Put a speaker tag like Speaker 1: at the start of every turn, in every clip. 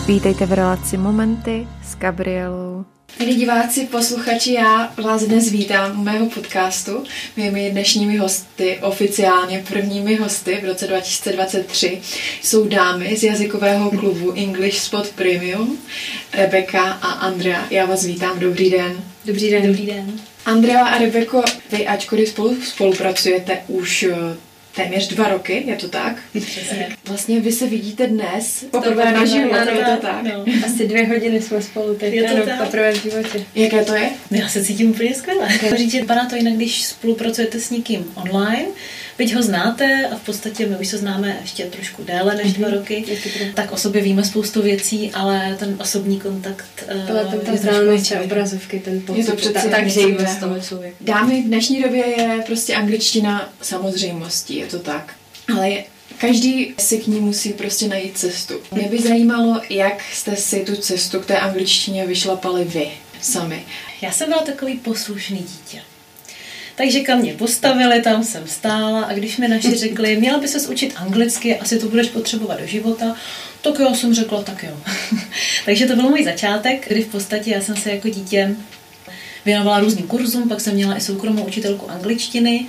Speaker 1: Vítejte v relaci Momenty s Gabrielou.
Speaker 2: Milí diváci, posluchači, já vás dnes vítám u mého podcastu. Mými dnešními hosty, oficiálně prvními hosty v roce 2023, jsou dámy z jazykového klubu English Spot Premium, Rebeka a Andrea. Já vás vítám, dobrý den.
Speaker 3: Dobrý den. Dobrý den.
Speaker 2: Andrea a Rebeko, vy ačkoliv spolupracujete už téměř 2 roky, je to tak? Vlastně vy se vidíte dnes poprvé naživo, je to tak?
Speaker 3: No, asi 2 hodiny jsme spolu teď, poprvé v životě.
Speaker 2: Jaké to je?
Speaker 3: Já se cítím úplně skvěle. Říct, že vypadá to jinak, když spolupracujete s někým online, byť ho znáte a v podstatě my už se známe ještě trošku déle než 2 roky, tak o sobě víme spoustu věcí, ale ten osobní kontakt
Speaker 4: je trošku obrazovky, ten pocit,
Speaker 2: je to přece
Speaker 4: tak žijeme z toho člověka.
Speaker 2: Dámy, v dnešní době je prostě angličtina samozřejmostí, je to tak. Ale každý si k ní musí prostě najít cestu. Mě by zajímalo, jak jste si tu cestu k té angličtině vyšlapali vy sami.
Speaker 3: Já jsem byla takový poslušný dítě. Takže kam mě postavili, tam jsem stála a když mi naši řekli, měla by ses učit anglicky, asi to budeš potřebovat do života, tak jo, jsem řekla, tak jo. Takže to byl můj začátek, kdy v podstatě já jsem se jako dítě věnovala různým kurzům, pak jsem měla i soukromou učitelku angličtiny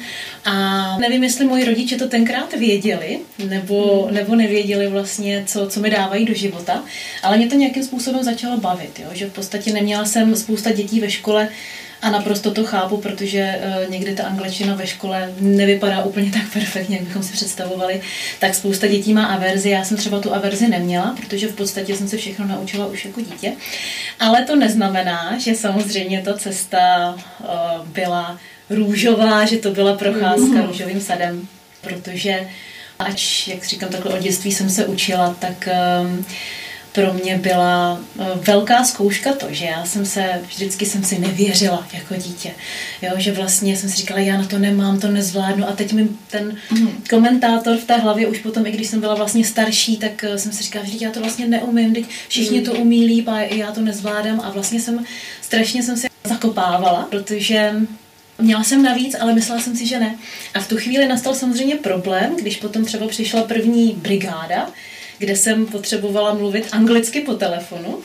Speaker 3: a nevím, jestli moji rodiče to tenkrát věděli, nebo nevěděli vlastně, co mi dávají do života, ale mě to nějakým způsobem začalo bavit, jo? Že v podstatě neměla jsem spousta dětí ve škole a naprosto to chápu, protože někdy ta angličtina ve škole nevypadá úplně tak perfektně, jak bychom si představovali, tak spousta dětí má averzi. Já jsem třeba tu averzi neměla, protože v podstatě jsem se všechno naučila už jako dítě. Ale to neznamená, že samozřejmě ta cesta byla růžová, že to byla procházka růžovým sadem, protože ač, jak říkám, takhle od dětství jsem se učila, tak pro mě byla velká zkouška to, že vždycky jsem si nevěřila jako dítě. Jo, že vlastně jsem si říkala, já na to nemám, to nezvládnu a teď mi ten komentátor v té hlavě už potom, i když jsem byla vlastně starší, tak jsem si říkala, že já to vlastně neumím, teď všichni to umí líp a já to nezvládám a vlastně strašně jsem se zakopávala, protože měla jsem navíc, ale myslela jsem si, že ne. A v tu chvíli nastal samozřejmě problém, když potom třeba přišla první brigáda, kde jsem potřebovala mluvit anglicky po telefonu.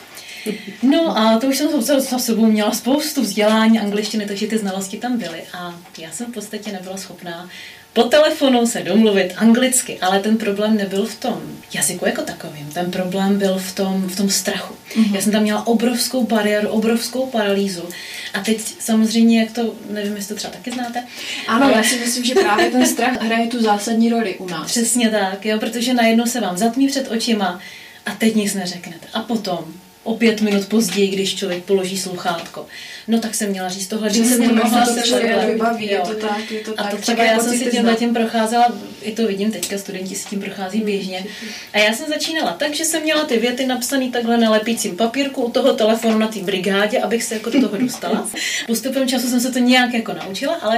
Speaker 3: No a to už jsem za sebou měla spoustu vzdělání angličtiny, takže ty znalosti tam byly. A já jsem v podstatě nebyla schopná po telefonu se domluvit anglicky, ale ten problém nebyl v tom jazyku jako takovým. Ten problém byl v tom strachu. Já jsem tam měla obrovskou bariéru, obrovskou paralýzu. A teď samozřejmě, jak to, nevím, jestli to třeba taky znáte.
Speaker 2: Ano, já si myslím, že právě ten strach hraje tu zásadní roli u nás.
Speaker 3: Přesně tak, jo, protože najednou se vám zatmí před očima a teď nic neřeknete. A potom o 5 minut později, když člověk položí sluchátko. No tak jsem měla říct tohle, že jsem nemohla se
Speaker 2: vybaví, je to tak.
Speaker 3: A to třeba já jsem si tím procházela, i to vidím teďka, studenti si tím prochází běžně. A já jsem začínala tak, že jsem měla ty věty napsané takhle na lepícím papírku u toho telefonu na té brigádě, abych se jako do toho dostala. Postupem času jsem se to nějak jako naučila, ale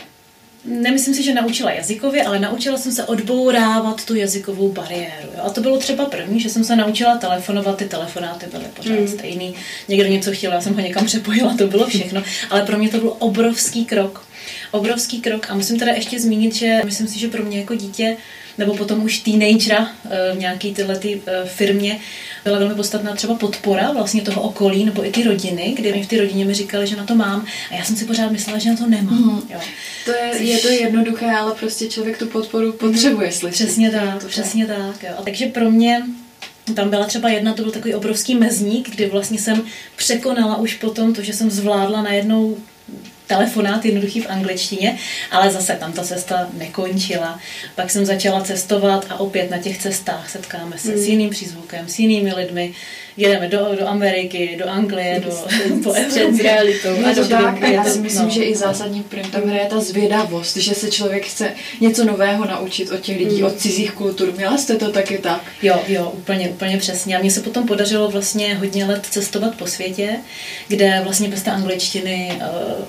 Speaker 3: nemyslím si, že naučila jazykově, ale naučila jsem se odbourávat tu jazykovou bariéru. Jo? A to bylo třeba první, že jsem se naučila telefonovat, ty telefonáty byly pořád stejný. Někdo něco chtěl, já jsem ho někam přepojila, to bylo všechno. Ale pro mě to byl obrovský krok. Obrovský krok. A musím teda ještě zmínit, že myslím si, že pro mě jako dítě, nebo potom už teenagera v nějaké tyhlety firmě, byla velmi podstatná třeba podpora vlastně toho okolí, nebo i ty rodiny, kdy mi v té rodině mi říkali, že na to mám a já jsem si pořád myslela, že na to nemám. Jo.
Speaker 2: Je to jednoduché, ale prostě člověk tu podporu potřebuje slyšet.
Speaker 3: Přesně tak. Jo. Takže pro mě tam byla třeba to byl takový obrovský mezník, kdy vlastně jsem překonala už potom to, že jsem zvládla najednou telefonát jednoduchý v angličtině, ale zase tam ta cesta nekončila. Pak jsem začala cestovat a opět na těch cestách setkáme se s jiným přízvukem, s jinými lidmi, jedeme do Ameriky, do Anglie, po s realitou.
Speaker 2: A já si myslím, že i zásadní prim tam hraje ta zvědavost, že se člověk chce něco nového naučit od těch lidí, od cizích kultur. Měla jste to taky tak?
Speaker 3: Jo, úplně přesně. A mně se potom podařilo vlastně hodně let cestovat po světě, kde vlastně bez té angličtiny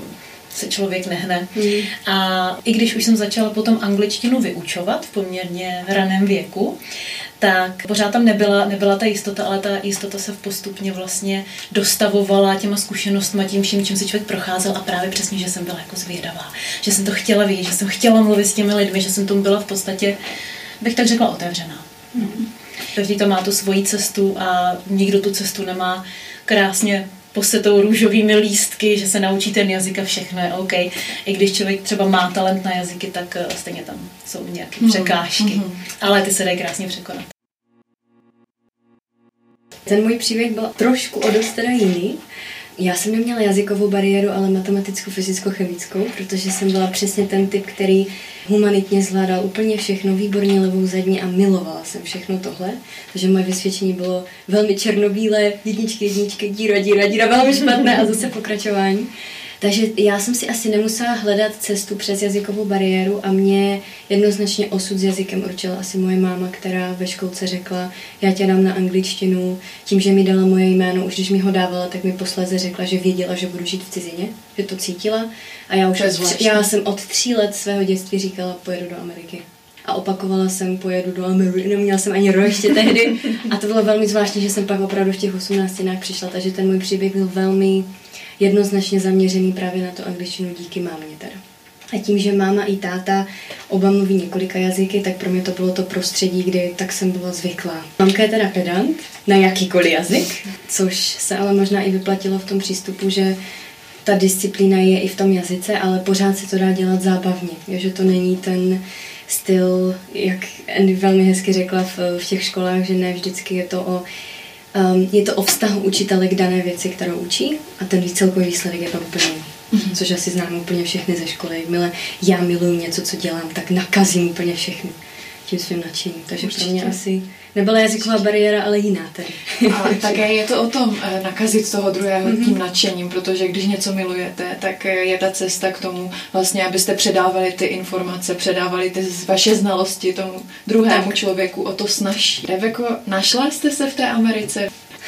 Speaker 3: se člověk nehne. A i když už jsem začala potom angličtinu vyučovat v poměrně raném věku, tak pořád tam nebyla ta jistota, ale ta jistota se postupně vlastně dostavovala těma zkušenostma, tím vším, čím si člověk procházel a právě přesně, že jsem byla jako zvědavá, že jsem to chtěla vidět, že jsem chtěla mluvit s těmi lidmi, že jsem tomu byla v podstatě, bych tak řekla, otevřená. Každý to má tu svoji cestu a nikdo tu cestu nemá krásně posetou růžovými lístky, že se naučí ten jazyk a všechno je OK. I když člověk třeba má talent na jazyky, tak stejně tam jsou nějaké překážky. Ale ty se dají krásně překonat.
Speaker 4: Ten můj příběh byl trošku o dost teda jiný. Já jsem neměla jazykovou bariéru, ale matematickou, fyzickou, chemickou, protože jsem byla přesně ten typ, který humanitně zvládal úplně všechno, výborně levou zadní a milovala jsem všechno tohle. Takže moje vysvědčení bylo velmi černobílé, jedničky, díra, velmi špatné a zase pokračování. Takže já jsem si asi nemusela hledat cestu přes jazykovou bariéru a mě jednoznačně osud s jazykem určila asi moje máma, která ve školce řekla, já tě dám na angličtinu, tím, že mi dala moje jméno, už když mi ho dávala, tak mi posléze řekla, že věděla, že budu žít v cizině, že to cítila a já jsem od 3 let svého dětství říkala, pojedu do Ameriky. A opakovala jsem, pojedu do Ameriky, neměla jsem ani rok ještě tehdy a to bylo velmi zvláštní, že jsem pak opravdu v těch 18 přišla, takže ten můj příběh byl velmi jednoznačně zaměřený právě na tu angličtinu díky mámě teda. A tím, že máma i táta oba mluví několika jazyky, tak pro mě to bylo to prostředí, kdy tak jsem byla zvyklá. Mamka je teda pedant na jakýkoliv jazyk, což se ale možná i vyplatilo v tom přístupu, že ta disciplína je i v tom jazyce, ale pořád se to dá dělat zábavně. Že to není ten styl, jak Andy velmi hezky řekla v těch školách, že ne vždycky je to o vztahu učitele k dané věci, kterou učí a ten celkový výsledek je tam úplně což asi znám úplně všechny ze školy. Jakmile já miluju něco, co dělám, tak nakazím úplně všechny tím svým nadšením. Takže určitě. Pro mě asi nebyla jazyková bariéra, ale jiná tady.
Speaker 2: Ale také je to o tom nakazit toho druhého tím nadšením, protože když něco milujete, tak je ta cesta k tomu vlastně, abyste předávali ty informace, předávali ty vaše znalosti tomu druhému člověku o to snazší. Rebeko, našla jste se v té Americe?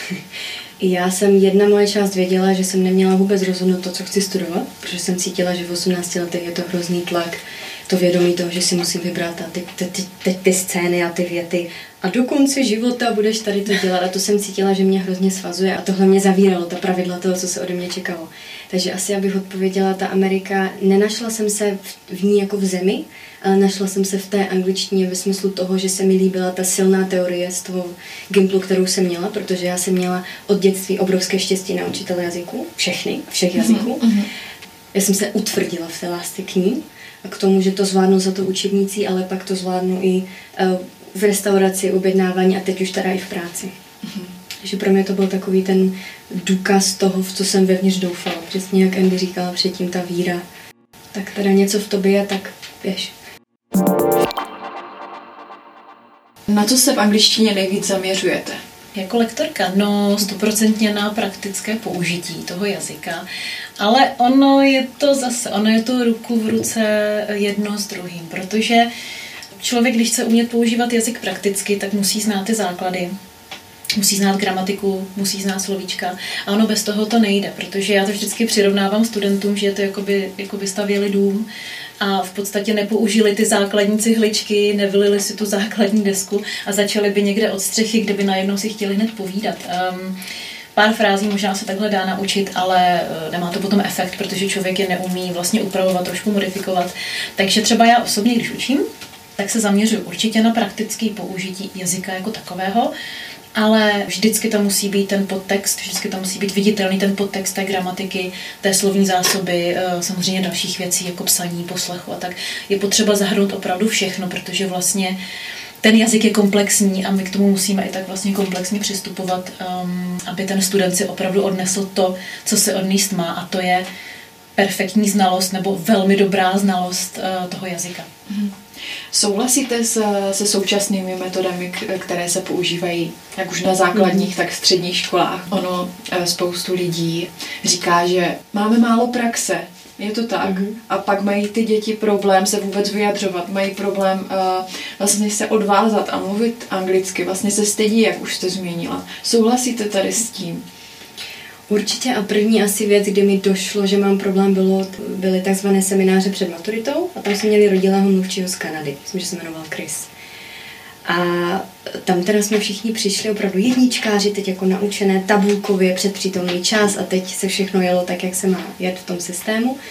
Speaker 4: Já jsem jedna moje část věděla, že jsem neměla vůbec rozhodnout to, co chci studovat, protože jsem cítila, že v 18 letech je to hrozný tlak, to vědomí toho, že si musím vybrat a teď ty scény a ty věty a do konce života budeš tady to dělat a to jsem cítila, že mě hrozně svazuje a tohle mě zavíralo, ta pravidla toho, co se ode mě čekalo. Takže asi, abych odpověděla, ta Amerika, nenašla jsem se v ní jako v zemi, ale našla jsem se v té angličtině ve smyslu toho, že se mi líbila ta silná teorie z toho Gimplu, kterou jsem měla, protože já jsem měla od dětství obrovské štěstí na učitele jazyků, všech jazyků. Já jsem se utvrdila v té lásce k ní a k tomu, že to zvládnu za to učebnicí, ale pak to zvládnu i v restauraci, objednávání a teď už teda i v práci. Takže pro mě to byl takový ten důkaz toho, v co jsem vevnitř doufala. Přesně jak Andy říkala předtím, ta víra. Tak teda něco v tobě je, tak běž.
Speaker 2: Na co se v angličtině nejvíc zaměřujete?
Speaker 3: Jako lektorka? No, 100% na praktické použití toho jazyka, ale ono je to ruku v ruce jedno s druhým, protože člověk, když chce umět používat jazyk prakticky, tak musí znát ty základy, musí znát gramatiku, musí znát slovíčka a ono bez toho to nejde, protože já to vždycky přirovnávám studentům, že je to jakoby stavěli dům a v podstatě nepoužili ty základní cihličky, nevylili si tu základní desku a začali by někde od střechy, kde by najednou si chtěli hned povídat. Pár frází možná se takhle dá naučit, ale nemá to potom efekt, protože člověk je neumí vlastně upravovat, trošku modifikovat. Takže třeba já osobně, když učím, tak se zaměřuji určitě na praktické použití jazyka jako takového, ale vždycky tam musí být ten podtext, vždycky tam musí být viditelný ten podtext té gramatiky, té slovní zásoby, samozřejmě dalších věcí jako psaní, poslechu a tak. Je potřeba zahrnout opravdu všechno, protože vlastně ten jazyk je komplexní a my k tomu musíme i tak vlastně komplexně přistupovat, aby ten student si opravdu odnesl to, co se odníst má, a to je perfektní znalost nebo velmi dobrá znalost toho jazyka.
Speaker 2: Souhlasíte se současnými metodami, které se používají jak už na základních, tak v středních školách? Ono spoustu lidí říká, že máme málo praxe, je to tak. A pak mají ty děti problém se vůbec vyjadřovat, mají problém vlastně se odvázat a mluvit anglicky, vlastně se stydí, jak už jste zmínila. Souhlasíte tady s tím?
Speaker 4: Určitě a první asi věc, kdy mi došlo, že mám problém, byly takzvané semináře před maturitou a tam jsme měli rodilého mluvčího z Kanady, myslím, že se jmenoval Chris. A tam teda jsme všichni přišli opravdu jedničkáři, teď jako naučené tabulkově před přítomný čas a teď se všechno jelo tak, jak se má jet v tom systému.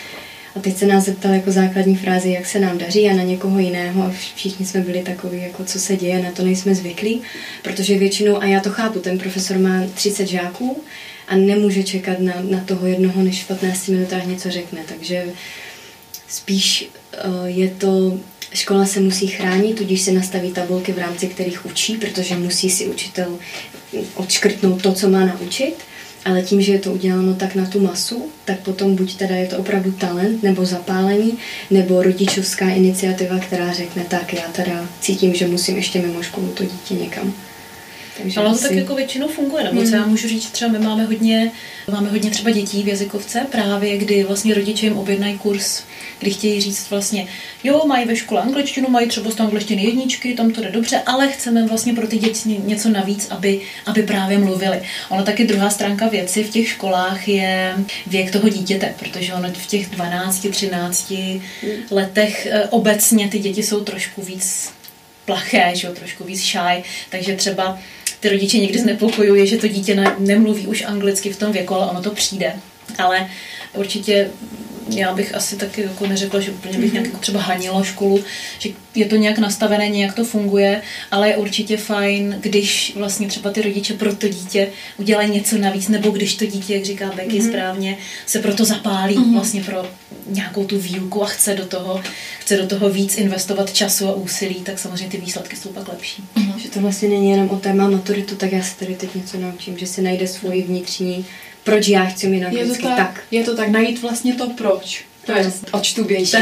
Speaker 4: A teď se nás zeptal jako základní frázi, jak se nám daří a na někoho jiného a všichni jsme byli takový, jako co se děje, na to nejsme zvyklí, protože většinou, a já to chápu, ten profesor má 30 žáků a nemůže čekat na toho jednoho, než v 15 minutách něco řekne, takže spíš je to, škola se musí chránit, tudíž se nastaví tabulky, v rámci kterých učí, protože musí si učitel odškrtnout to, co má naučit, ale tím, že je to uděláno tak na tu masu, tak potom buď teda je to opravdu talent, nebo zapálení, nebo rodičovská iniciativa, která řekne, tak já teda cítím, že musím ještě mimo školu to dítě někam.
Speaker 3: Takže ale to tak jako většinou funguje, nebo co já můžu říct, třeba my máme hodně třeba dětí v jazykovce, právě kdy vlastně rodiče jim objednají kurz, kdy chtějí říct vlastně, jo, mají ve škole angličtinu, mají třeba z angličtiny jedničky, tam to jde dobře, ale chceme vlastně pro ty děti něco navíc, aby právě mluvili. Ono taky druhá stránka věci v těch školách je věk toho dítěte, protože ono v těch 12, 13 letech obecně ty děti jsou trošku víc plaché, že jo, trošku víc shy, takže třeba ty rodiče někdy znepokojuje, že to dítě nemluví už anglicky v tom věku, ale ono to přijde. Ale určitě já bych asi taky jako neřekla, že úplně bych nějak jako třeba hanila školu, že je to nějak nastavené, nějak to funguje, ale je určitě fajn, když vlastně třeba ty rodiče pro to dítě udělají něco navíc, nebo když to dítě, jak říká Becky správně, se proto zapálí vlastně pro nějakou tu výuku a chce do toho víc investovat času a úsilí, tak samozřejmě ty výsledky jsou pak lepší.
Speaker 4: Že to vlastně není jenom o téma maturitu, tak já se tady teď něco naučím, že si najde svoji vnitřní, proč já chci mít anglicky tak.
Speaker 2: Je to tak, najít vlastně to proč. To je odštubější.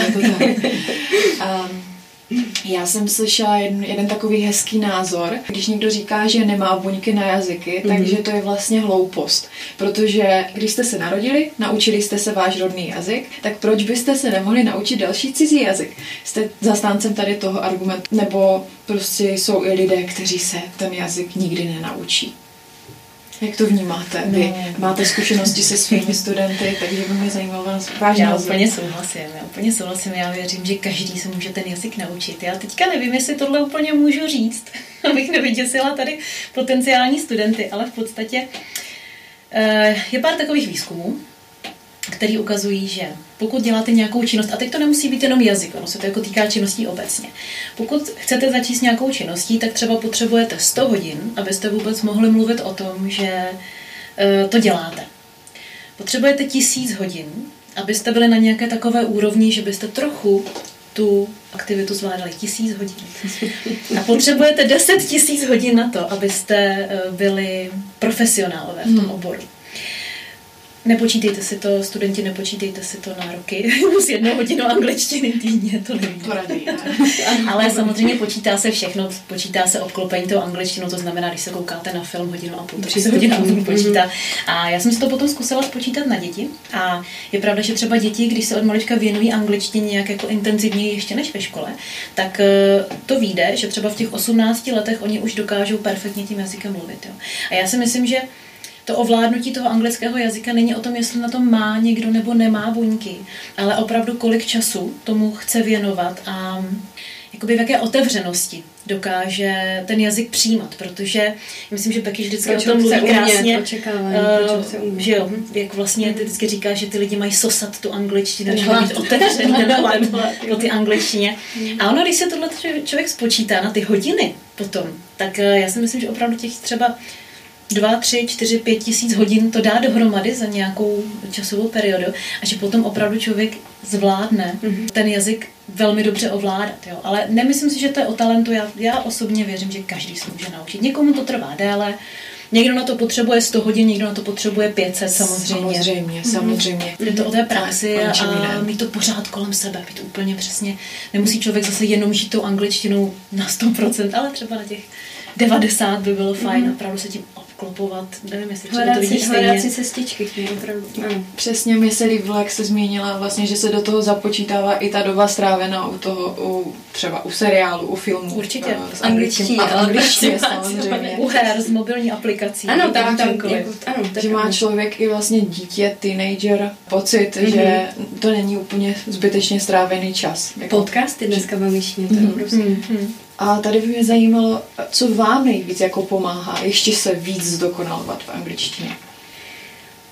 Speaker 2: Já jsem slyšela jeden takový hezký názor, když někdo říká, že nemá buňky na jazyky, takže to je vlastně hloupost. Protože když jste se narodili, naučili jste se váš rodný jazyk, tak proč byste se nemohli naučit další cizí jazyk? Jste zastáncem tady toho argumentu, nebo prostě jsou i lidé, kteří se ten jazyk nikdy nenaučí? Jak to vnímáte? Vy máte zkušenosti se svými studenty, takže by mě zajímalo váš názor.
Speaker 3: Já úplně souhlasím. Já věřím, že každý se může ten jazyk naučit. Já teďka nevím, jestli tohle úplně můžu říct, abych nevyděsila tady potenciální studenty, ale v podstatě je pár takových výzkumů, který ukazují, že pokud děláte nějakou činnost, a teď to nemusí být jenom jazyk, ono se to jako týká činností obecně. Pokud chcete začít s nějakou činností, tak třeba potřebujete 100 hodin, abyste vůbec mohli mluvit o tom, že to děláte. Potřebujete 1000 hodin, abyste byli na nějaké takové úrovni, že byste trochu tu aktivitu zvládali. 1000 hodin. A potřebujete 10 000 hodin na to, abyste byli profesionálové v tom oboru. Nepočítejte si to, studenti, nepočítejte si to na roky s 1 hodinou angličtiny týdně, to nevím. Ale samozřejmě počítá se všechno, počítá se obklopení toho angličtinu, to znamená, když se koukáte na film 1,5 hodiny, tak se hodina počítá. A já jsem si to potom zkusila spočítat na děti a je pravda, že třeba děti, když se od malička věnují angličtině nějak jako intenzivněji ještě než ve škole, tak to vyjde, že třeba v těch 18 letech oni už dokážou perfektně tím jazykem mluvit. Jo. A já si myslím, že to ovládnutí toho anglického jazyka není o tom, jestli na tom má někdo nebo nemá buňky, ale opravdu kolik času tomu chce věnovat a jakoby v jaké otevřenosti dokáže ten jazyk přijímat, protože myslím, že Becky vždycky o tom mluví krásně, že jo, jak vlastně ty vždycky říká, že ty lidi mají sosat tu angličtinu, že mají být otevřený po ty angličtině. A ono, když se tohle člověk spočítá na ty hodiny potom, tak já si myslím, že opravdu těch třeba 2, 3, 4, 5 tisíc hodin to dá dohromady za nějakou časovou periodu a že potom opravdu člověk zvládne ten jazyk velmi dobře ovládat. Jo. Ale nemyslím si, že to je o talentu. Já osobně věřím, že každý se může naučit. Někomu to trvá déle, někdo na to potřebuje 100 hodin, někdo na to potřebuje 500 samozřejmě.
Speaker 2: Samozřejmě.
Speaker 3: Je to o té praxi a mít to pořád kolem sebe, být úplně přesně. Nemusí člověk zase jenom žít tou angličtinou na 100%, ale třeba na těch 90 by bylo fajn opravdu se tím obklopovat. Nevím, jestli třeba to vidíš stejně.
Speaker 4: Hledat si cestičky. Ano.
Speaker 2: Přesně mi se líbilo, jak jsi zmínila, vlastně, že se do toho započítává i ta doba strávená třeba u seriálu, u filmu.
Speaker 3: Určitě.
Speaker 2: S angličtině samozřejmě.
Speaker 3: U her, z mobilní aplikací.
Speaker 4: Ano,
Speaker 2: že má člověk i vlastně dítě, teenager, pocit, že to není úplně zbytečně strávený čas.
Speaker 4: Podcasty dneska v angličtině, to je obrovský.
Speaker 2: A tady by mě zajímalo, co vám nejvíc jako pomáhá ještě se víc zdokonalovat v angličtině.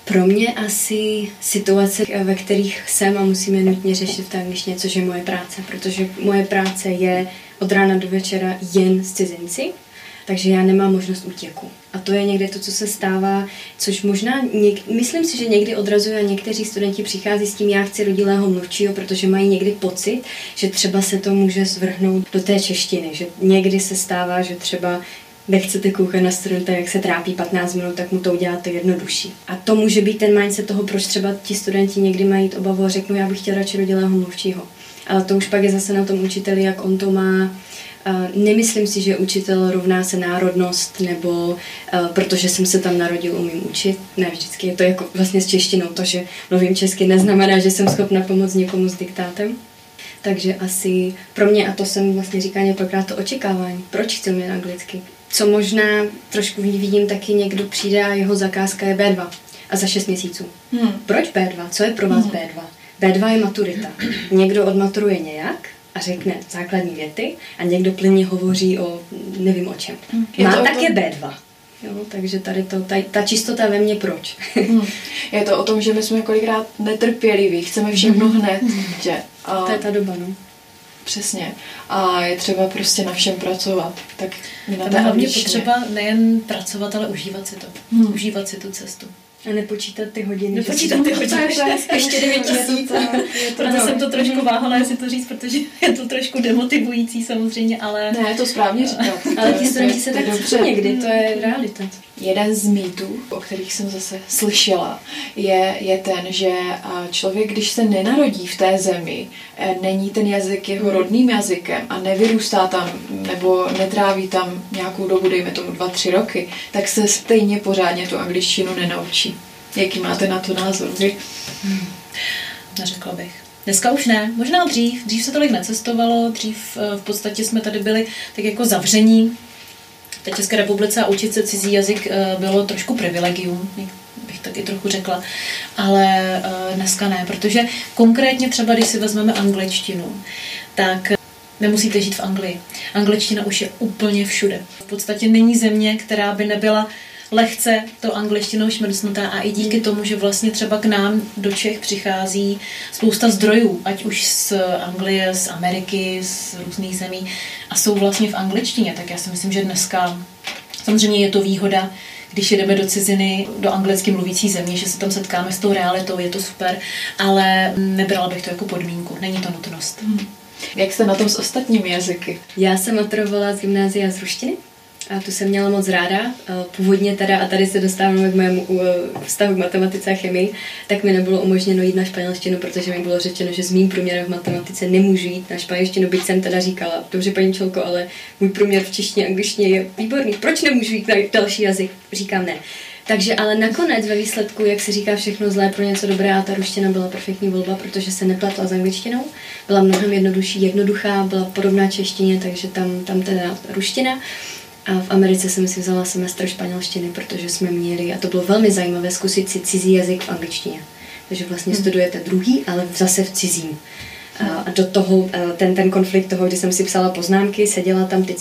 Speaker 4: Pro mě asi situace, ve kterých jsem a musíme nutně řešit v té angličtině, což je moje práce, protože moje práce je od rána do večera jen s cizinci, takže já nemám možnost útěku. A to je někde to, co se stává, což možná, myslím si, že někdy odrazuje a někteří studenti přichází s tím, já chci rodilého mluvčího, protože mají někdy pocit, že třeba se to může zvrhnout do té češtiny, že někdy se stává, že třeba nechcete koukat na studenta, jak se trápí 15 minut, tak mu to uděláte jednodušší. A to může být ten mindset toho, proč třeba ti studenti někdy mají obavu a řeknou, já bych chtěl radši rodilého mluvčího. Ale to už pak je zase na tom učiteli, jak on to má. Nemyslím si, že učitel rovná se národnost, nebo protože jsem se tam narodil, umím učit. Ne, vždycky je to jako vlastně s češtinou. To, že mluvím česky, neznamená, že jsem schopna pomoct někomu s diktátem. Takže asi pro mě, a to jsem vlastně říkala několikrát, to očekávání. Proč chci mít anglicky? Co možná trošku vidím, taky někdo přijde a jeho zakázka je B2 a za 6 měsíců. Proč B2? Co je pro vás B2? B2 je maturita. Někdo odmaturuje nějak a řekne základní věty a někdo plynně hovoří o nevím o čem. Má také B2. Jo, takže tady ta čistota ve mně proč?
Speaker 2: Je to o tom, že my jsme kolikrát netrpěliví, chceme všechno hned.
Speaker 4: To je ta doba, no.
Speaker 2: Přesně. A je třeba prostě na všem pracovat. Tak
Speaker 3: tam je hlavně potřeba nejen pracovat, ale užívat si to. Užívat si tu cestu.
Speaker 4: A nepočítat ty hodiny.
Speaker 3: Nepočítat ty hodiny.
Speaker 4: Ještě 9 měsíců.
Speaker 3: Proto jsem to trošku váhala, jestli to říct, protože je to trošku demotivující samozřejmě, ale...
Speaker 2: Ne, to správně říkat.
Speaker 4: Ale ti studenti se tak cítí někdy, to je realita.
Speaker 2: Jeden z mýtů, o kterých jsem zase slyšela, je ten, že člověk, když se nenarodí v té zemi, není ten jazyk jeho rodným jazykem a nevyrůstá tam nebo netráví tam nějakou dobu, dejme tomu 2-3 roky, tak se stejně pořádně tu angličtinu nenaučí. Jaký máte na to názor vy?
Speaker 3: Neřekla bych. Dneska už ne, možná dřív. Dřív se tolik necestovalo, dřív v podstatě jsme tady byli tak jako zavření. V České republice a učit se cizí jazyk bylo trošku privilegium, bych taky trochu řekla, ale dneska ne, protože konkrétně třeba, když si vezmeme angličtinu, tak nemusíte žít v Anglii. Angličtina už je úplně všude. V podstatě není země, která by nebyla lehce to angličtinou šmrcnutá a i díky tomu, že vlastně třeba k nám do Čech přichází spousta zdrojů, ať už z Anglie, z Ameriky, z různých zemí a jsou vlastně v angličtině, tak já si myslím, že dneska samozřejmě je to výhoda, když jedeme do ciziny, do anglicky mluvící země, že se tam setkáme s tou realitou, je to super, ale nebrala bych to jako podmínku, není to nutnost.
Speaker 2: Jak jste na tom s ostatními jazyky?
Speaker 4: Já jsem maturovala z gymnázia z ruštiny. A tu jsem měla moc ráda, původně teda, a tady se dostáváme k mému vztahu k matematice a chemii, tak mi nebylo umožněno jít na španělštinu, protože mi bylo řečeno, že s mým průměrem v matematice nemůžu jít na španělštinu, byť jsem teda říkala, dobře paní Čelko, ale můj průměr v češtině a angličtině je výborný, proč nemůžu jít na další jazyk? Říkám ne. Takže ale nakonec ve výsledku, jak se říká, všechno zlé pro něco dobré a ta ruština byla perfektní volba, protože se nepletla s angličtinou, byla mnohem jednoduchá, byla podobná češtině, takže tam teda ruština. A v Americe jsem si vzala semestr španělštiny, protože jsme měli, a to bylo velmi zajímavé, zkusit si cizí jazyk v angličtině. Takže vlastně studujete druhý, ale zase v cizím. A do toho ten konflikt toho, kdy jsem si psala poznámky, seděla tam, teď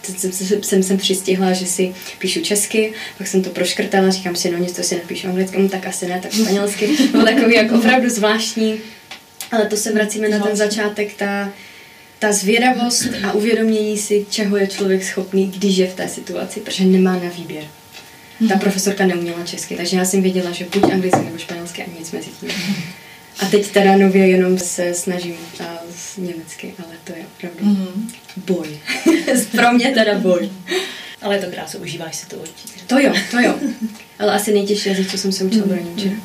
Speaker 4: jsem přistihla, že si píšu česky, pak jsem to proškrtala, říkám si, no nic, to si napíšu anglicky, tak asi ne, tak španělsky. Bylo takový jako opravdu zvláštní, ale to se vracíme na ten začátek, ta zvědavost a uvědomění si, čeho je člověk schopný, když je v té situaci, protože nemá na výběr. Ta profesorka neuměla česky, takže já jsem věděla, že buď anglicky nebo španělsky a nic mezi tím. A teď teda nově jenom se snažím německy, ale to je opravdu boj. Pro mě teda boj.
Speaker 3: Ale je to krásně, užíváš si to určitě.
Speaker 4: To jo. Ale asi nejtěžší jazyk, co jsem se učila, bylo němčina.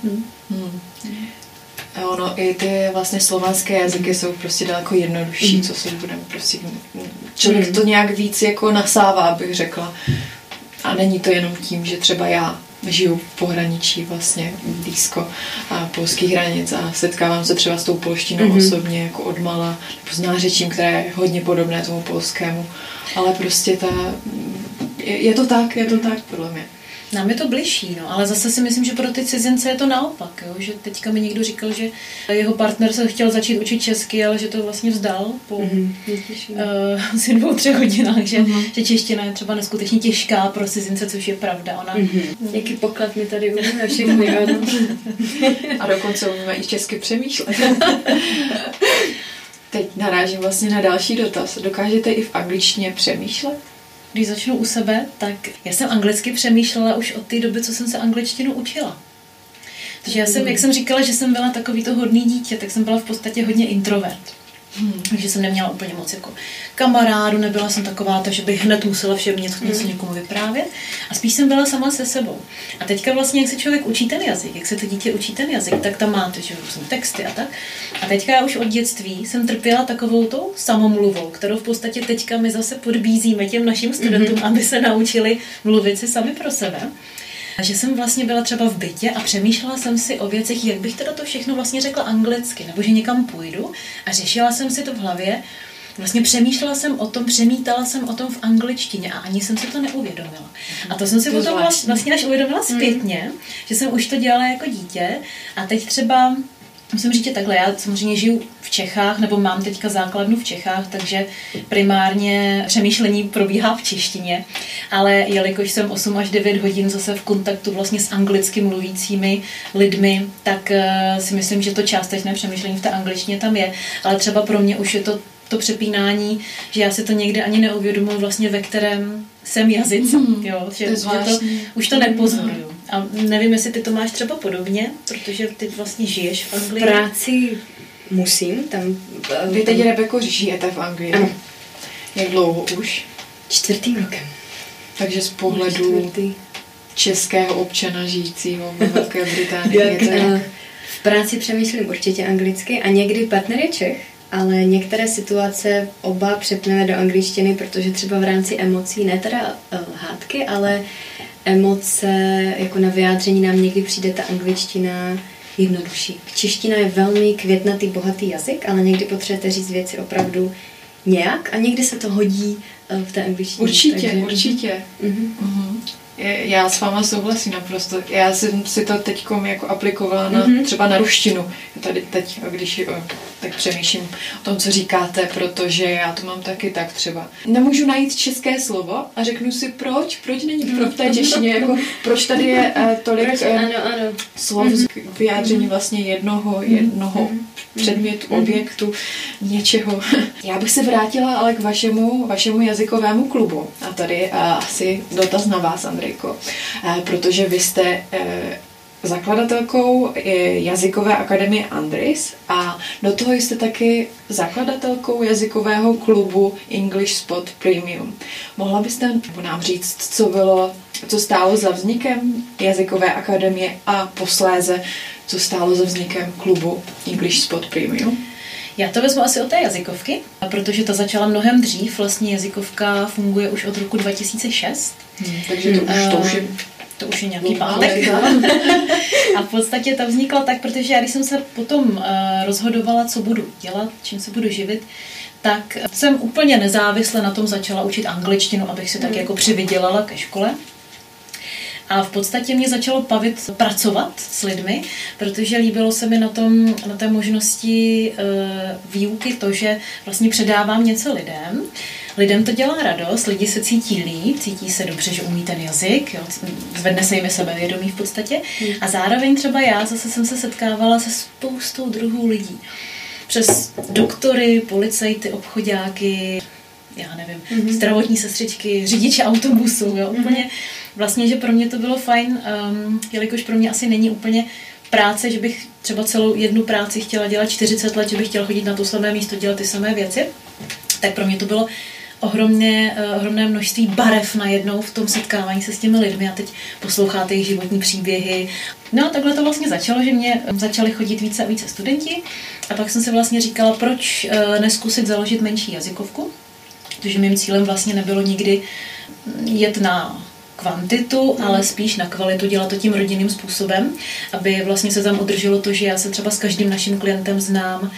Speaker 2: A ono, i ty vlastně slovanské jazyky jsou prostě daleko jednodušší, co se budeme prostě... Člověk to nějak víc jako nasává, bych řekla. A není to jenom tím, že třeba já žiju v pohraničí vlastně blízko polských hranic a setkávám se třeba s tou polštinou osobně jako odmala, nebo s nářečím, které je hodně podobné tomu polskému. Ale prostě je to tak podle mě.
Speaker 3: Nám je to bližší, no, ale zase si myslím, že pro ty cizince je to naopak, jo? Že teďka mi někdo říkal, že jeho partner se chtěl začít učit česky, ale že to vlastně vzdal po asi 2-3 hodinách, že čeština je třeba neskutečně těžká pro cizince, což je pravda. Ona...
Speaker 4: Jaký poklad mi tady umíme všechny, ano.
Speaker 2: A dokonce umíme i česky přemýšlet. Teď narážím vlastně na další dotaz. Dokážete i v angličtině přemýšlet?
Speaker 3: Když začnu u sebe, tak já jsem anglicky přemýšlela už od té doby, co jsem se angličtinu učila. Takže já jsem, jak jsem říkala, že jsem byla takový to hodný dítě, tak jsem byla v podstatě hodně introvert. Takže jsem neměla úplně moc jako kamarádu, nebyla jsem taková, takže bych hned musela všem něco někomu vyprávět. A spíš jsem byla sama se sebou. A teďka vlastně, jak se člověk učí ten jazyk, jak se to dítě učí ten jazyk, tak tam máte, že různé texty a tak. A teďka já už od dětství jsem trpěla takovou tou samomluvou, kterou v podstatě teďka my zase podbízíme těm našim studentům, aby se naučili mluvit si sami pro sebe. Že jsem vlastně byla třeba v bytě a přemýšlela jsem si o věcech, jak bych teda to všechno vlastně řekla anglicky, nebo že někam půjdu a řešila jsem si to v hlavě. Vlastně přemýšlela jsem o tom, přemítala jsem o tom v angličtině a ani jsem si to neuvědomila. A to jsem si potom vlastně až uvědomila zpětně, že jsem už to dělala jako dítě a teď třeba musím říct takhle, já samozřejmě žiju v Čechách, nebo mám teďka základnu v Čechách, takže primárně přemýšlení probíhá v češtině, ale jelikož jsem 8 až 9 hodin zase v kontaktu vlastně s anglicky mluvícími lidmi, tak si myslím, že to částečné přemýšlení v té angličtině tam je, ale třeba pro mě už je to přepínání, že já si to někde ani neuvědomuji vlastně, ve kterém jsem jazyce, jo, že už to nepozoruju. A nevím, jestli ty to máš třeba podobně, protože ty vlastně žiješ v Anglii.
Speaker 4: V práci musím tam...
Speaker 2: Vy teď, Rebeko, žijete v Anglii.
Speaker 4: Ano.
Speaker 2: Jak dlouho už?
Speaker 4: 4. rokem.
Speaker 2: Takže z pohledu českého občana žijícího ve Velké Británii je to jak?
Speaker 4: V práci přemýšlím určitě anglicky a někdy partner je Čech, ale některé situace oba přepneme do angličtiny, protože třeba v rámci emocí, ne teda hádky, ale emoce, jako na vyjádření nám někdy přijde ta angličtina jednodušší. Čeština je velmi květnatý, bohatý jazyk, ale někdy potřebujete říct věci opravdu nějak a někdy se to hodí v té angličtině.
Speaker 2: Určitě. Já s váma souhlasím naprosto. Já jsem si to teďkom jako aplikovala třeba na ruštinu. Tady teď, když tak přemýšlím o tom, co říkáte, protože já to mám taky tak třeba. Nemůžu najít české slovo a řeknu si proč není v té češtině, jako proč tady je tolik slov k vyjádření vlastně jednoho předmětu, objektu, něčeho. Já bych se vrátila ale k vašemu jazykovému klubu. A tady asi dotaz na vás, Andrejko, protože vy jste zakladatelkou jazykové akademie Andris a do toho jste taky zakladatelkou jazykového klubu English Spot Premium. Mohla byste nám říct, co stálo za vznikem jazykové akademie a posléze, co stálo za vznikem klubu English Spot Premium?
Speaker 3: Já to vezmu asi od té jazykovky, protože ta začala mnohem dřív. Vlastně jazykovka funguje už od roku 2006.
Speaker 2: Takže to už je nějaký pátek.
Speaker 3: A v podstatě ta vznikla tak, protože já když jsem se potom rozhodovala, co budu dělat, čím se budu živit, tak jsem úplně nezávisle na tom začala učit angličtinu, abych si tak jako přivydělala ke škole. A v podstatě mě začalo bavit pracovat s lidmi, protože líbilo se mi na té možnosti výuky to, že vlastně předávám něco lidem. Lidem to dělá radost, lidi se cítí líp, cítí se dobře, že umí ten jazyk, jo, zvedne se jim sebevědomí v podstatě. A zároveň třeba já zase jsem se setkávala se spoustou druhů lidí. Přes doktory, policajty, obchoďáky, já nevím, zdravotní sestřičky, řidiče autobusu, jo, úplně. Vlastně, že pro mě to bylo fajn, jelikož pro mě asi není úplně práce, že bych třeba celou jednu práci chtěla dělat 40 let, že bych chtěla chodit na to samé místo, dělat ty samé věci, tak pro mě to bylo ohromné množství barev najednou v tom setkávání se s těmi lidmi a teď posloucháte jejich životní příběhy. No a takhle to vlastně začalo, že mě začali chodit více a více studenti a pak jsem si vlastně říkala, proč neskusit založit menší jazykovku, protože mým cílem vlastně nebylo nikdy jet na kvantitu, ale spíš na kvalitu, dělat to tím rodinným způsobem, aby vlastně se tam udrželo to, že já se třeba s každým naším klientem znám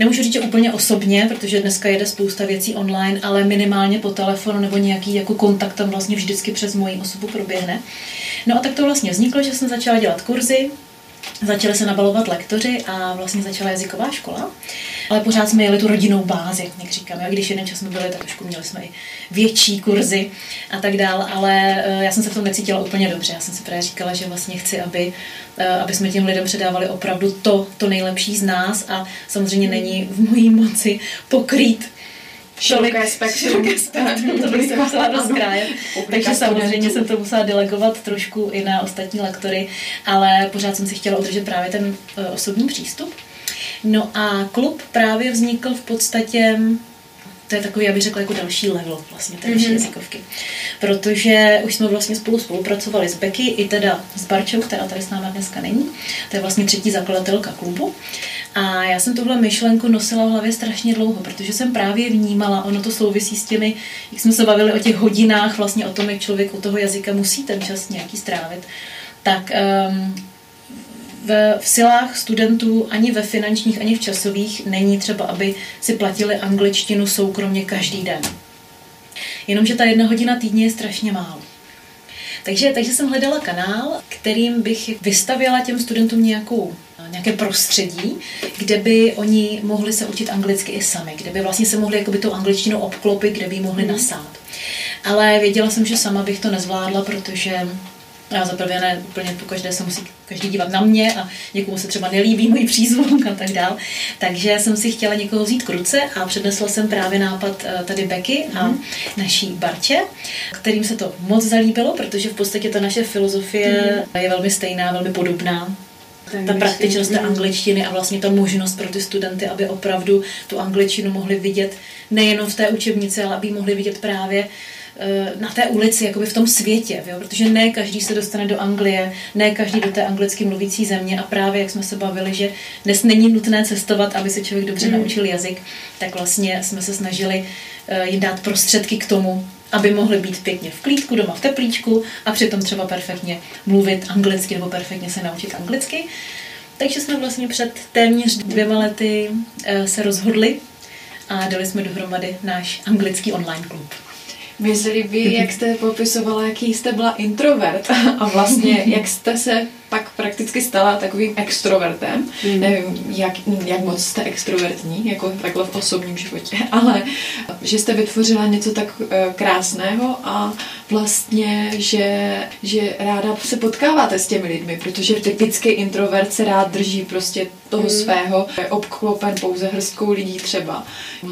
Speaker 3: Nemůžu říct, že úplně osobně, protože dneska jede spousta věcí online, ale minimálně po telefonu nebo nějaký jako kontakt tam vlastně vždycky přes moji osobu proběhne. No a tak to vlastně vzniklo, že jsem začala dělat kurzy, začaly se nabalovat lektoři a vlastně začala jazyková škola. Ale pořád jsme jeli tu rodinnou bázi, jak říkám. A když jeden čas jsme byli, tak trošku měli jsme i větší kurzy a tak dál, ale já jsem se v tom necítila úplně dobře. Já jsem si právě říkala, že vlastně chci, aby jsme těm lidem předávali opravdu to nejlepší z nás a samozřejmě není v mojí moci pokrýt
Speaker 2: široké spektrum,
Speaker 3: to bych se musela dost krájet. Takže samozřejmě jsem to musela delegovat trošku i na ostatní lektory, ale pořád jsem si chtěla udržet právě ten osobní přístup. No a klub právě vznikl v podstatě, to je takový, abych řekla, jako další level vlastně té naší jazykovky. Protože už jsme vlastně spolupracovali s Becky i teda s Barčou, která tady s náma dneska není. To je vlastně 3. zakladatelka klubu. A já jsem tuhle myšlenku nosila v hlavě strašně dlouho, protože jsem právě vnímala, ono to souvisí s těmi, jak jsme se bavili o těch hodinách, vlastně o tom, jak člověk u toho jazyka musí ten čas nějaký strávit, tak v silách studentů ani ve finančních, ani v časových není třeba, aby si platili angličtinu soukromně každý den. Jenomže ta 1 hodina týdně je strašně málo. Takže jsem hledala kanál, kterým bych vystavěla těm studentům nějaké prostředí, kde by oni mohli se učit anglicky i sami, kde by vlastně se mohli jakoby tou angličtinou obklopit, kde by ji mohli nasát. Ale věděla jsem, že sama bych to nezvládla, protože já zaprvé ne úplně pokaždé se musí každý dívat na mě a někomu se třeba nelíbí můj přízvuk a tak dál. Takže jsem si chtěla někoho vzít k ruce a přednesla jsem právě nápad tady Becky a naší Barče, kterým se to moc zalíbilo, protože v podstatě ta naše filozofie je velmi stejná, velmi podobná. Ta praktičnost té angličtiny a vlastně ta možnost pro ty studenty, aby opravdu tu angličtinu mohli vidět nejenom v té učebnici, ale aby ji mohli vidět právě na té ulici, jakoby v tom světě, jo? Protože ne každý se dostane do Anglie, ne každý do té anglicky mluvící země a právě, jak jsme se bavili, že dnes není nutné cestovat, aby se člověk dobře naučil jazyk, tak vlastně jsme se snažili jim dát prostředky k tomu, aby mohli být pěkně v klídku, doma v teplíčku a přitom třeba perfektně mluvit anglicky nebo perfektně se naučit anglicky. Takže jsme vlastně před téměř 2 lety se rozhodli a dali jsme dohromady náš anglický online klub.
Speaker 2: Mně se líbí, jak jste popisovala, jaký jste byla introvert a vlastně jak jste se pak prakticky stala takovým extrovertem. Nevím, jak moc jste extrovertní, jako takhle v osobním životě, ale že jste vytvořila něco tak krásného a vlastně, že ráda se potkáváte s těmi lidmi, protože typický introvert se rád drží prostě toho svého, obklopen pouze hrstkou lidí třeba.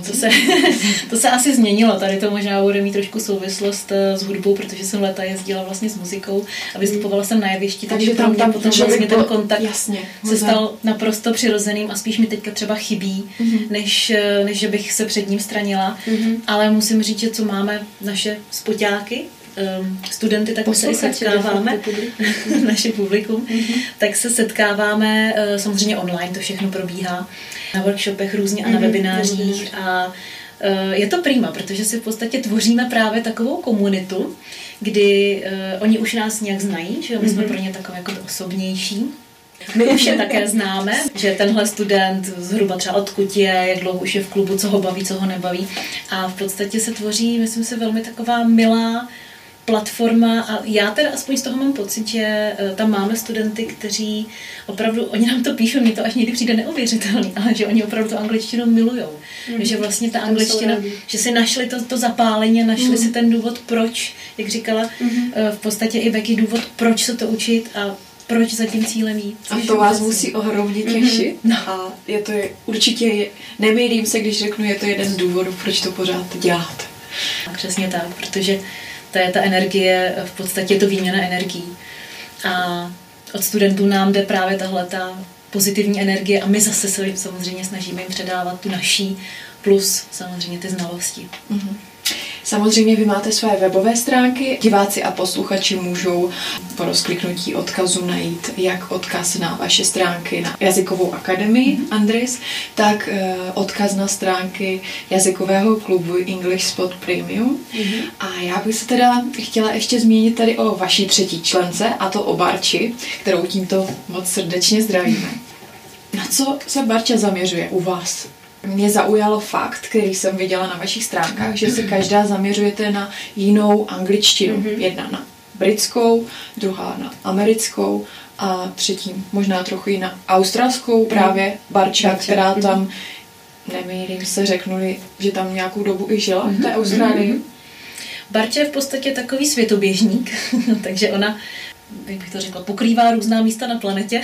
Speaker 3: To se asi změnilo, tady to možná bude mít trošku souvislost s hudbou, protože jsem léta jezdila vlastně s muzikou a vystupovala jsem na jevišti, takže tam potom vlastně ten kontakt se stal naprosto přirozeným a spíš mi teďka třeba chybí, než že bych se před ním stranila, ale musím říct, že co máme naše spoťáky, studenty, tak my se i setkáváme, naše publikum, tak se setkáváme samozřejmě online, to všechno probíhá na workshopech různě a na webinářích a je to prima, protože si v podstatě tvoříme právě takovou komunitu, kdy oni už nás nějak znají, že my jsme pro ně takové jako osobnější. My už je také známe, že tenhle student zhruba třeba odkud je, jak dlouho už je v klubu, co ho baví, co ho nebaví. A v podstatě se tvoří, myslím si, velmi taková milá platforma a já teda aspoň z toho mám pocit, že tam máme studenty, kteří opravdu, oni nám to píšou, mně to až někdy přijde neuvěřitelný, ale že oni opravdu tu angličtinu milujou. Že vlastně ta angličtina, že si našli to zapálení, našli si ten důvod, proč, jak říkala v podstatě i Becky, důvod, proč se to učit a proč za tím cílem jít.
Speaker 2: A to vás musí ohromně těšit. A je to určitě, nemýlím se, když řeknu, je to jeden z důvodů, proč to pořád dělat.
Speaker 3: A přesně tak, protože to je ta energie, v podstatě je to výměna energií. A od studentů nám jde právě tahleta pozitivní energie a my zase se samozřejmě snažíme jim předávat tu naší plus samozřejmě ty znalosti.
Speaker 2: Samozřejmě vy máte své webové stránky, diváci a posluchači můžou po rozkliknutí odkazu najít jak odkaz na vaše stránky na jazykovou akademii Andris, tak odkaz na stránky jazykového klubu English Spot Premium. A já bych se teda chtěla ještě zmínit tady o vaší 3. člence, a to o Barči, kterou tímto moc srdečně zdravíme. Na co se Barča zaměřuje u vás Mě zaujalo fakt, který jsem viděla na vašich stránkách, že se každá zaměřujete na jinou angličtinu. Jedna na britskou, druhá na americkou a třetí možná trochu i na australskou, právě Barča, která tam, nemýlím se, řeknuli, že tam nějakou dobu i žila v té Austrálii.
Speaker 3: Barča je v podstatě takový světoběžník, takže ona, jak bych to řekla, pokrývá různá místa na planetě.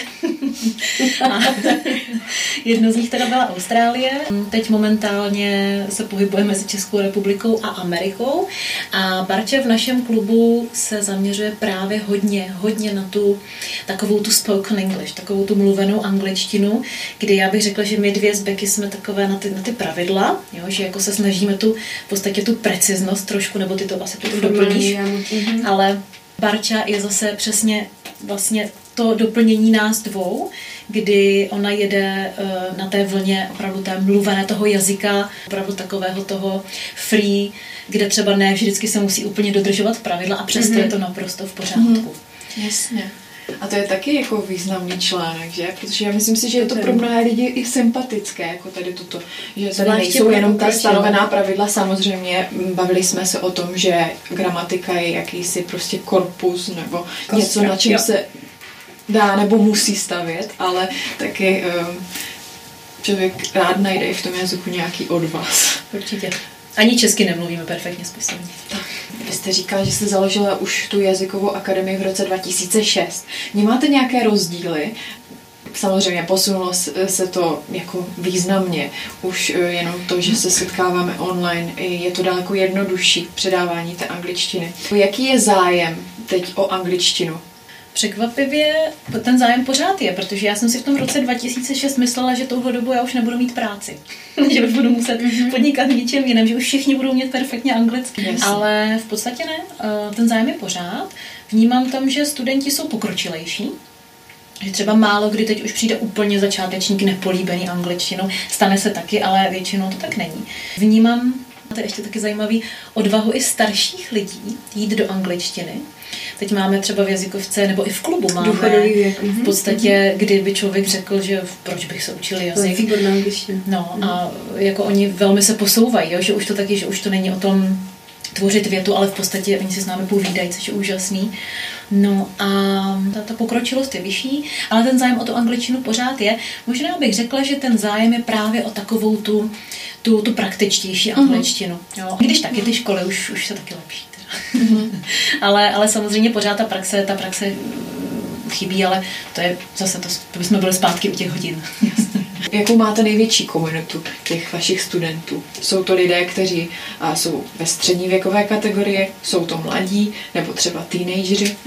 Speaker 3: A jedno z nich teda byla Austrálie. Teď momentálně se pohybujeme mezi Českou republikou a Amerikou. A Barča v našem klubu se zaměřuje právě hodně na tu takovou tu spoken English, takovou tu mluvenou angličtinu, kdy já bych řekla, že my dvě s Becky jsme takové na ty pravidla, jo, že jako se snažíme v podstatě tu preciznost trošku, nebo ty to asi tu doplníš, ale Barča je zase přesně vlastně to doplnění nás dvou, kdy ona jede na té vlně opravdu té mluvené toho jazyka, opravdu takového toho free, kde třeba ne vždycky se musí úplně dodržovat pravidla a přesto je to naprosto v pořádku.
Speaker 2: Jasně. A to je taky jako významný článek, že? Protože já myslím si, že je to pro mnohé lidi i sympatické, jako tady toto. Že tady nejsou jenom ta stanovená pravidla, samozřejmě bavili jsme se o tom, že gramatika je jakýsi prostě korpus nebo něco, na čem se dá nebo musí stavět, ale taky člověk rád najde i v tom jazyku nějaký odvaz.
Speaker 3: Určitě. Ani česky nemluvíme perfektně spisovně.
Speaker 2: Tak. Vy jste říkala, že jste založila už tu jazykovou akademii v roce 2006. Vnímáte nějaké rozdíly? Samozřejmě posunulo se to jako významně. Už jenom to, že se setkáváme online, je to daleko jednodušší předávání té angličtiny. Jaký je zájem teď o angličtinu?
Speaker 3: Překvapivě ten zájem pořád je, protože já jsem si v tom roce 2006 myslela, že touhle dobu já už nebudu mít práci. Že už budu muset podnikat něčem jiném, že už všichni budou mít perfektně anglicky. Yes. Ale v podstatě ne. Ten zájem je pořád. Vnímám tam, že studenti jsou pokročilejší. Že třeba málo kdy teď už přijde úplně začátečník nepolíbený angličtinou. Stane se taky, ale většinou to tak není. Vnímám, to je ještě taky zajímavý, odvahu i starších lidí jít do angličtiny. Teď máme třeba v jazykovce, nebo i v klubu máme v podstatě, kdyby člověk řekl, že proč bych se učil jazyk. No a jako oni velmi se posouvají, jo, že už to taky, že už to není o tom tvořit větu, ale v podstatě oni si s námi povídají, což je úžasný. No a ta pokročilost je vyšší, ale ten zájem o tu angličtinu pořád je. Možná bych řekla, že ten zájem je právě o takovou tu praktičtější angličtinu. Jo. Když taky ty školy už se taky lepší. ale samozřejmě pořád ta praxe chybí, ale to je zase to bychom byli zpátky u těch hodin.
Speaker 2: Jakou máte největší komunitu těch vašich studentů? Jsou to lidé, kteří jsou ve střední věkové kategorii, jsou to mladí nebo třeba teenageři?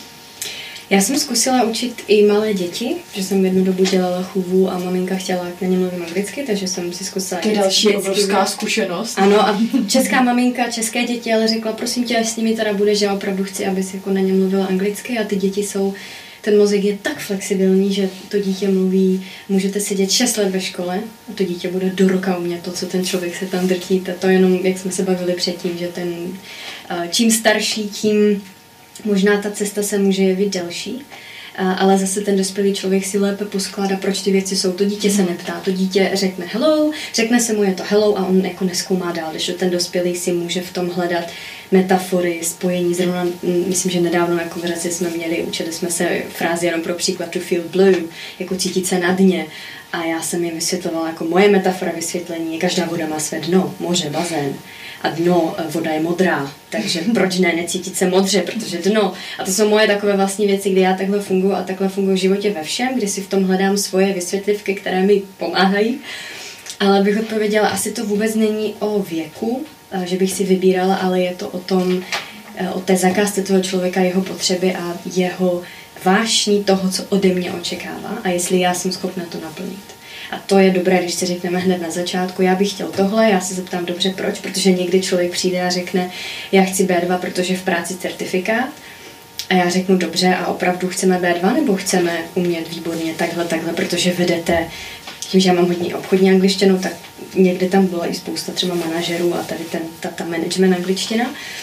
Speaker 4: Já jsem zkusila učit i malé děti, že jsem jednu dobu dělala chůvu a maminka chtěla, jak na ně mluvím anglicky, takže jsem si zkusila.
Speaker 2: To je další obrovská zkušenost.
Speaker 4: Ano, a česká maminka, české děti, ale řekla, prosím tě, až s nimi teda bude, že já opravdu chci, abys jako na ně mluvila anglicky a ty děti jsou, ten mozek je tak flexibilní, že to dítě mluví, můžete sedět 6 let ve škole a to dítě bude do roka umět to, co ten člověk se tam drtí. To jenom, jak jsme se bavili předtím, že čím starší, tím možná ta cesta se může jevit delší, ale zase ten dospělý člověk si lépe poskládá, proč ty věci jsou. To dítě se neptá, to dítě řekne hello, řekne se mu je to hello a on jako nezkoumá dál, když ten dospělý si může v tom hledat metafory, spojení. Zrovna, myslím, že nedávno jako v Hradci jsme učili jsme se frázi jenom pro příklad to feel blue, jako cítit se na dně. A já jsem jim vysvětlovala, jako moje metafora vysvětlení, každá voda má své dno, moře, bazén. A dno, voda je modrá, takže proč necítit se modře, protože dno. A to jsou moje takové vlastní věci, kdy já takhle funguji a takhle funguji v životě ve všem, kdy si v tom hledám svoje vysvětlivky, které mi pomáhají. Ale bych odpověděla, asi to vůbec není o věku, že bych si vybírala, ale je to o té zakázce toho člověka, jeho potřeby a jeho vášní toho, co ode mě očekává a jestli já jsem schopna to naplnit. A to je dobré, když si řekneme hned na začátku, já bych chtěl tohle, já se zeptám dobře proč, protože někdy člověk přijde a řekne, já chci B2, protože v práci certifikát. A já řeknu dobře, a opravdu chceme B2 nebo chceme umět výborně takhle, protože vedete, tím, že já mám hodně obchodní angličtinu, tak někde tam byla i spousta třeba manažerů a tady ta management angličtina.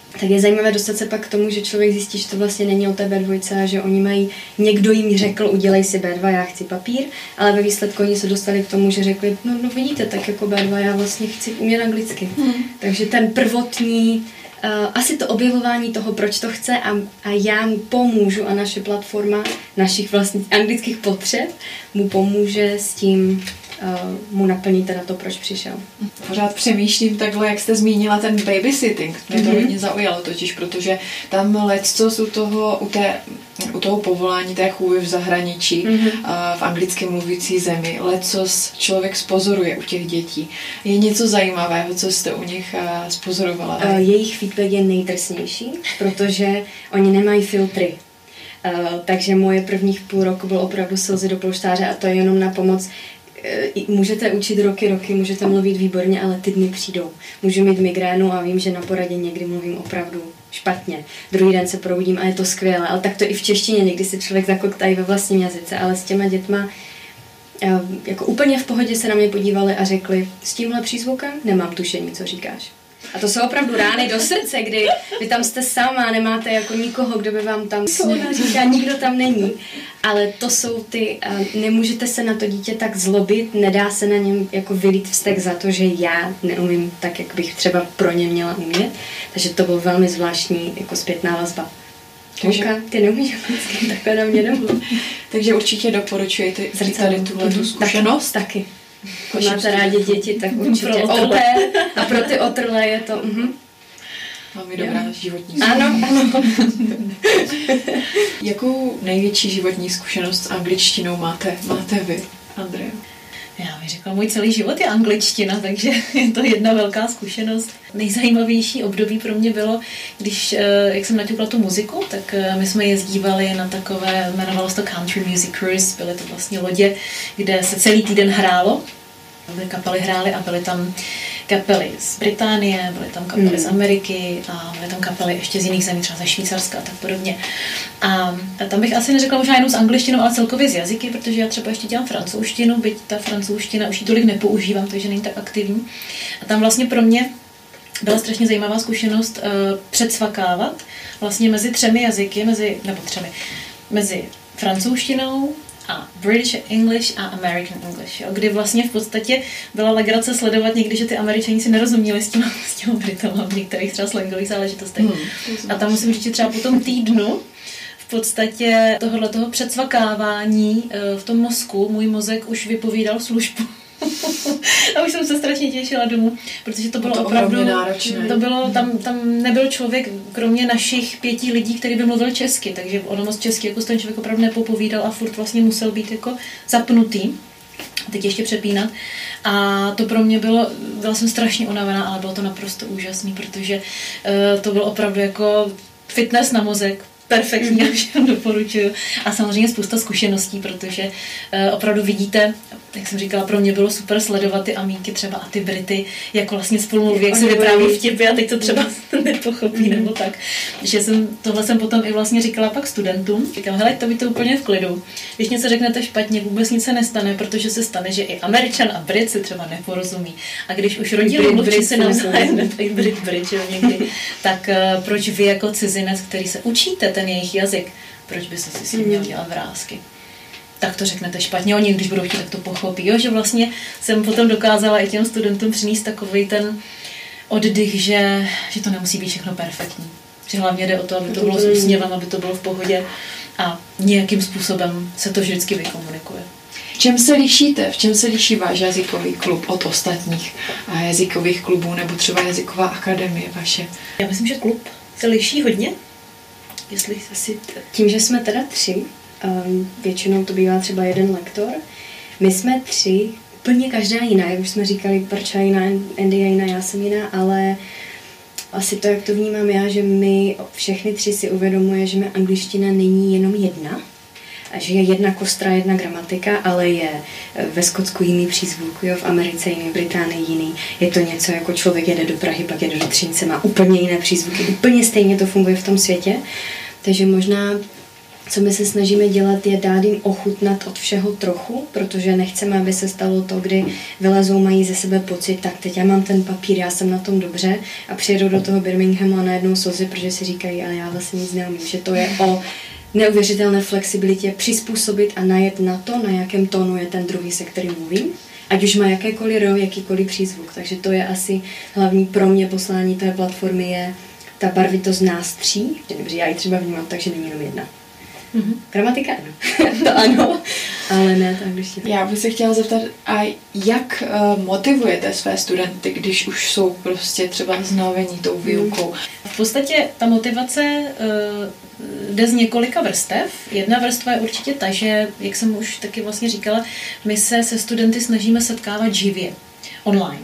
Speaker 4: tak je zajímavé dostat se pak k tomu, že člověk zjistí, že to vlastně není o té B2 a že oni mají, někdo jim řekl, udělej si B2, já chci papír, ale ve výsledku oni se dostali k tomu, že řekli, no vidíte, tak jako B2 já vlastně chci umět anglicky. Takže ten prvotní, asi to objevování toho, proč to chce a já mu pomůžu a naše platforma našich vlastních anglických potřeb mu pomůže s tím mu naplnit teda to, proč přišel.
Speaker 2: Pořád přemýšlím takhle, jak jste zmínila ten babysitting. Mě to hodně zaujalo totiž, protože tam leccos u toho povolání té chůvy v zahraničí, v anglicky mluvící zemi, leccos člověk spozoruje u těch dětí. Je něco zajímavého, co jste u nich spozorovala?
Speaker 4: Jejich feedback je nejdrsnější, protože oni nemají filtry. Takže moje prvních půl roku bylo opravdu slzy do polštáře a to je jenom na pomoc. Můžete učit roky, můžete mluvit výborně, ale ty dny přijdou. Můžu mít migrénu a vím, že na poradě někdy mluvím opravdu špatně. Druhý den se probudím a je to skvělé, ale tak to i v češtině, někdy se člověk zakoktají ve vlastním jazyce, ale s těma dětma jako úplně v pohodě se na mě podívali a řekli, s tímhle přízvukem nemám tušení, co říkáš. A to jsou opravdu rány do srdce, kdy vy tam jste sama, nemáte jako nikoho, kdo by vám tam říká, nikdo tam není. Ale to jsou ty, nemůžete se na to dítě tak zlobit, nedá se na něm jako vylít vztek za to, že já neumím tak, jak bych třeba pro ně měla umět. Takže to bylo velmi zvláštní jako zpětná vazba. Holka, ty neumíš anglicky, takhle na mě domů.
Speaker 2: Takže určitě doporučujete tady tuhle zkušenost.
Speaker 4: Taky. Když máte rádi děti, tak určitě a pro ty otrlé je to...
Speaker 2: Velmi dobrá životní
Speaker 4: zkušenost. Ano.
Speaker 2: Jakou největší životní zkušenost s angličtinou máte vy, Andrea?
Speaker 3: Já bych řekla, můj celý život je angličtina, takže je to jedna velká zkušenost. Nejzajímavější období pro mě bylo, když, jak jsem naťukla tu muziku, tak my jsme jezdívali na takové, jmenovalo se to Country Music Cruise, byly to vlastně lodě, kde se celý týden hrálo. Kapely hrály a byly tam kapely z Británie, byly tam kapely z Ameriky a byly tam kapely ještě z jiných zemí, třeba ze Švýcarska a tak podobně. A tam bych asi neřekla možná jenom s angličtinou, ale celkově z jazyky, protože já třeba ještě dělám francouzštinu, byť ta francouzština už ji tolik nepoužívám, takže není tak aktivní. A tam vlastně pro mě byla strašně zajímavá zkušenost předsvakávat vlastně mezi třemi jazyky, mezi francouzštinou a British English a American English, jo, kdy vlastně v podstatě byla legrace sledovat někdy, že ty Američani si nerozuměli s těma Britama v některých třeba slangových záležitostech. A tam musím říct, že třeba po tom týdnu v podstatě tohoto předsvakávání v tom mozku můj mozek už vypovídal službu. A už jsem se strašně těšila domů, protože to bylo opravdu náročné. To bylo, tam nebyl člověk, kromě našich 5 lidí, který by mluvil česky, takže ono moc česky jako ten člověk opravdu nepopovídal a furt vlastně musel být jako zapnutý. Teď ještě přepínat. A to pro mě byla jsem strašně unavená, ale bylo to naprosto úžasný, protože to bylo opravdu jako fitness na mozek. Perfektně, všem doporučuju. A samozřejmě spousta zkušeností, protože opravdu vidíte, jak jsem říkala, pro mě bylo super sledovat ty Amíky třeba a ty Brity, jak vlastně spolu mluví, jak se vypráví vtipy a teď to třeba nepochopí nebo tak. Že tohle jsem potom i vlastně říkala pak studentům. Říkám, hele, to byte úplně v klidu. Když něco řeknete špatně, vůbec nic se nestane, protože se stane, že i Američan a Brit si třeba neporozumí. A když už rodili mluvčí se navzájem, Brit, někdy, tak proč vy jako cizinec, který se učíte ten jejich jazyk, proč by se si s ním měl dělat vrásky? Tak to řeknete špatně, oni když budou chtít, tak to pochopí. Jo? Že vlastně jsem potom dokázala i těm studentům přinést takový ten oddych, že to nemusí být všechno perfektní. Že hlavně jde o to, aby to bylo s úsměvem, aby to bylo v pohodě a nějakým způsobem se to vždycky vykomunikuje.
Speaker 2: V čem se lišíte? V čem se liší váš jazykový klub od ostatních jazykových klubů nebo třeba jazyková akademie vaše?
Speaker 3: Já myslím, že klub se liší hodně. Jestli
Speaker 4: asi tím, že jsme teda 3, většinou to bývá třeba jeden lektor, my jsme 3, úplně každá jiná, jak už jsme říkali, Barča jiná, Andy je jiná, já jsem jiná, ale asi to, jak to vnímám já, že my všechny 3 si uvědomuje, že angličtina není jenom jedna, a že je jedna kostra, jedna gramatika, ale je ve Skotsku jiný přízvuk, jo, v Americe jiný, v Británii jiný. Je to něco jako člověk jede do Prahy, pak jede do Třince, má úplně jiné přízvuky, úplně stejně to funguje v tom světě. Takže možná co my se snažíme dělat, je dát jim ochutnat od všeho trochu, protože nechceme, aby se stalo to, kdy vylezou, mají ze sebe pocit, tak teď já mám ten papír, já jsem na tom dobře a přijedou do toho Birminghamu a najednou slzy, protože si říkají, ale já vlastně nic neumím, že to je o neuvěřitelné flexibilitě přizpůsobit a najet na to, na jakém tónu je ten druhý, se kterým mluvím. Ať už má jakékoliv rov, jakýkoliv přízvuk. Takže to je asi hlavní pro mě poslání té platformy je ta barvitost nás tří. Dobře, já ji třeba vnímám, takže není jenom jedna. Gramatika ano. To ano, ale ne ta angličtina.
Speaker 2: Já bych se chtěla zeptat, a jak motivujete své studenty, když už jsou prostě třeba znavení tou výukou?
Speaker 3: V podstatě ta motivace jde z několika vrstev. Jedna vrstva je určitě ta, že, jak jsem už taky vlastně říkala, my se studenty snažíme setkávat živě, online.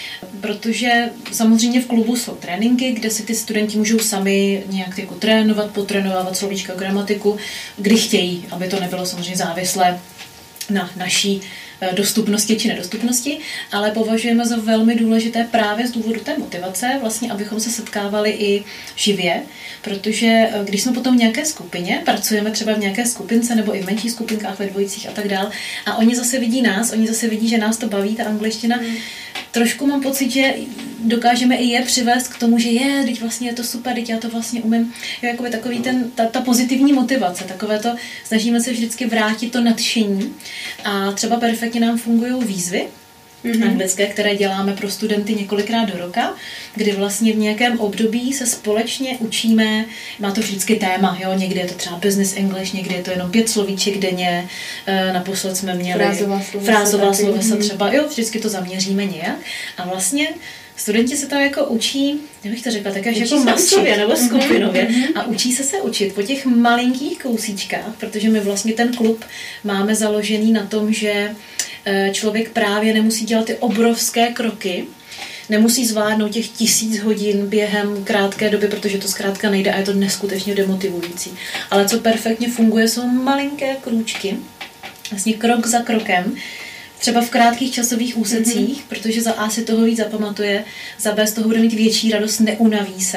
Speaker 3: Protože samozřejmě v klubu jsou tréninky, kde si ty studenti můžou sami nějak jako trénovat, potrénovávat slovíčka, gramatiku, kdy chtějí, aby to nebylo samozřejmě závislé na naší dostupnosti či nedostupnosti, ale považujeme za velmi důležité právě z důvodu té motivace, vlastně, abychom se setkávali i živě, protože když jsme potom v nějaké skupině, pracujeme třeba v nějaké skupince nebo i v menších skupinkách, ve dvojicích a tak dál, a oni zase vidí nás, oni zase vidí, že nás to baví, ta angličtina. Trošku mám pocit, že dokážeme i je přivést k tomu, že teď vlastně je to super, teď já to vlastně umím. Je jakoby takový ta pozitivní motivace, takové to, snažíme se vždycky vrátit to nadšení a třeba perfektně nám fungují výzvy anglické, které děláme pro studenty několikrát do roka, kdy vlastně v nějakém období se společně učíme, má to vždycky téma, jo? Někdy je to třeba business English, někdy je to jenom 5 slovíček denně, naposled jsme měli frázová slovesa třeba, jo, vždycky to zaměříme nějak a vlastně studenti se tam jako učí, jak bych to řekla, tak jako masově nebo skupinově a učí se učit po těch malinkých kousíčkách, protože my vlastně ten klub máme založený na tom, že člověk právě nemusí dělat ty obrovské kroky, nemusí zvládnout těch 1000 hodin během krátké doby, protože to zkrátka nejde a je to neskutečně demotivující. Ale co perfektně funguje, jsou malinké krůčky, vlastně krok za krokem, třeba v krátkých časových úsecích, protože za A si toho víc zapamatuje, za B z toho bude mít větší radost, neunaví se